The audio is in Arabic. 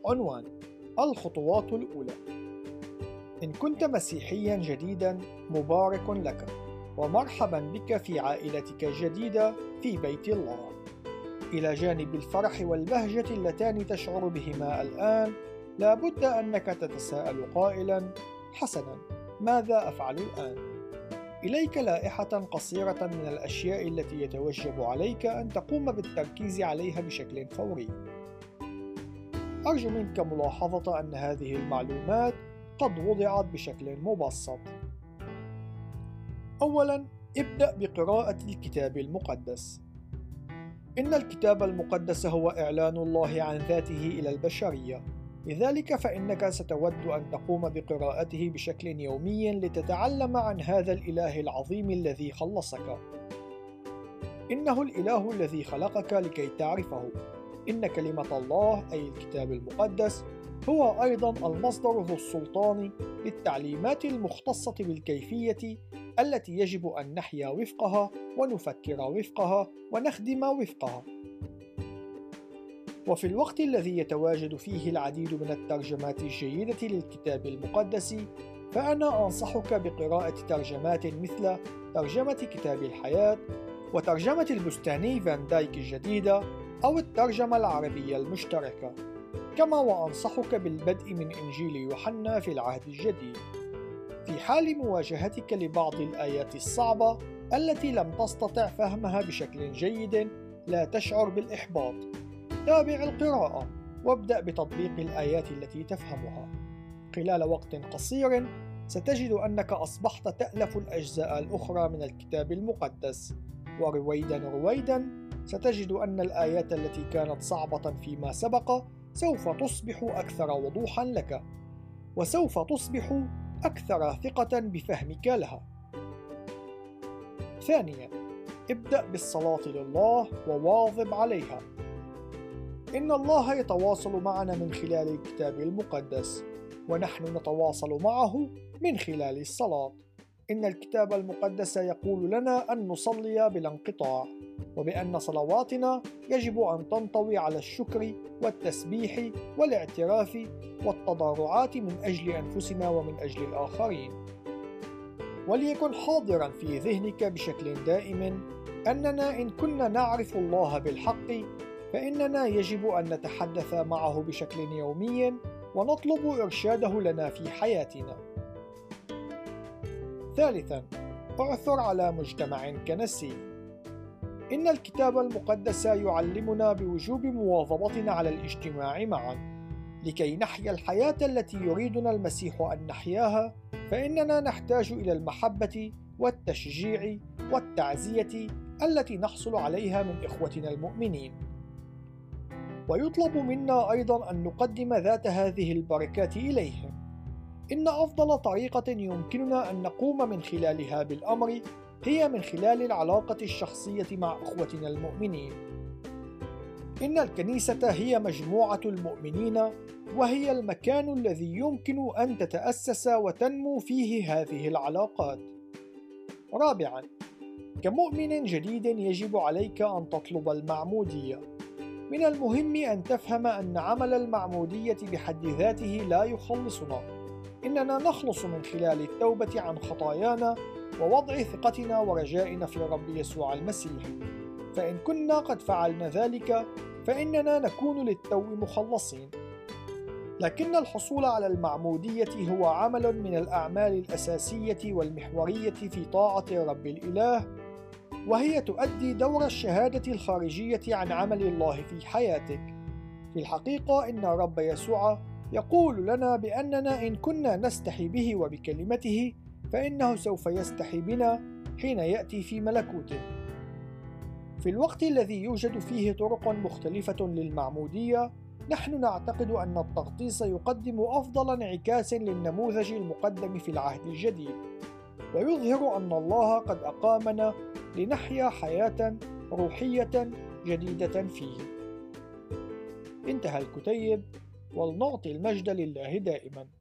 عنوان: الخطوات الأولى. إن كنت مسيحياً جديداً، مبارك لك، ومرحباً بك في عائلتك الجديدة في بيت الله. إلى جانب الفرح والبهجة اللتان تشعر بهما الآن، لا بد أنك تتساءل قائلاً: حسناً، ماذا أفعل الآن؟ إليك لائحة قصيرة من الأشياء التي يتوجب عليك أن تقوم بالتركيز عليها بشكل فوري. أرجو منك ملاحظة أن هذه المعلومات قد وضعت بشكل مبسط. أولاً، ابدأ بقراءة الكتاب المقدس. إن الكتاب المقدس هو إعلان الله عن ذاته إلى البشرية، لذلك فإنك ستود أن تقوم بقراءته بشكل يومي لتتعلم عن هذا الإله العظيم الذي خلصك. إنه الإله الذي خلقك لكي تعرفه. إن كلمة الله أي الكتاب المقدس هو أيضا المصدر ذو السلطان للتعليمات المختصة بالكيفية التي يجب أن نحيا وفقها ونفكر وفقها ونخدم وفقها. وفي الوقت الذي يتواجد فيه العديد من الترجمات الجيدة للكتاب المقدس، فأنا أنصحك بقراءة ترجمات مثل ترجمة كتاب الحياة، وترجمة البستاني فان دايك الجديدة، أو الترجمة العربية المشتركة. كما وأنصحك بالبدء من إنجيل يوحنا في العهد الجديد. في حال مواجهتك لبعض الآيات الصعبة التي لم تستطع فهمها بشكل جيد، لا تشعر بالإحباط. تابع القراءة وابدأ بتطبيق الآيات التي تفهمها. خلال وقت قصير ستجد أنك أصبحت تألف الأجزاء الأخرى من الكتاب المقدس، ورويداً ستجد أن الآيات التي كانت صعبة فيما سبق سوف تصبح أكثر وضوحاً لك، وسوف تصبح أكثر ثقة بفهمك لها. ثانياً، ابدأ بالصلاة لله وواظب عليها. إن الله يتواصل معنا من خلال الكتاب المقدس، ونحن نتواصل معه من خلال الصلاة. إن الكتاب المقدس يقول لنا أن نصلي بلا انقطاع، وبأن صلواتنا يجب أن تنطوي على الشكر والتسبيح والاعتراف والتضرعات من أجل أنفسنا ومن أجل الآخرين. وليكن حاضراً في ذهنك بشكل دائم أننا إن كنا نعرف الله بالحق، فإننا يجب أن نتحدث معه بشكل يومي ونطلب إرشاده لنا في حياتنا. ثالثاً، اعثر على مجتمع كنسي. إن الكتاب المقدس يعلمنا بوجوب مواظبتنا على الاجتماع معاً. لكي نحيا الحياة التي يريدنا المسيح أن نحياها، فإننا نحتاج إلى المحبة والتشجيع والتعزية التي نحصل عليها من إخوتنا المؤمنين. ويطلب منا أيضاً أن نقدم ذات هذه البركات إليهم. إن أفضل طريقة يمكننا أن نقوم من خلالها بالأمر هي من خلال العلاقة الشخصية مع إخوتنا المؤمنين. إن الكنيسة هي مجموعة المؤمنين، وهي المكان الذي يمكن أن تتأسس وتنمو فيه هذه العلاقات. رابعاً، كمؤمن جديد يجب عليك أن تطلب المعمودية. من المهم أن تفهم أن عمل المعمودية بحد ذاته لا يخلصنا. إننا نخلص من خلال التوبة عن خطايانا ووضع ثقتنا ورجائنا في الرب يسوع المسيح. فإن كنا قد فعلنا ذلك، فإننا نكون للتو مخلصين. لكن الحصول على المعمودية هو عمل من الأعمال الأساسية والمحورية في طاعة رب الإله، وهي تؤدي دور الشهادة الخارجية عن عمل الله في حياتك. في الحقيقة إن الرب يسوع يقول لنا بأننا إن كنا نستحي به وبكلمته، فإنه سوف يستحي بنا حين يأتي في ملكوته. في الوقت الذي يوجد فيه طرق مختلفة للمعمودية، نحن نعتقد أن التغطيس يقدم أفضل انعكاس للنموذج المقدم في العهد الجديد، ويظهر أن الله قد أقامنا لنحيا حياة روحية جديدة فيه. انتهى الكتيب، ولنعطي المجد لله دائما.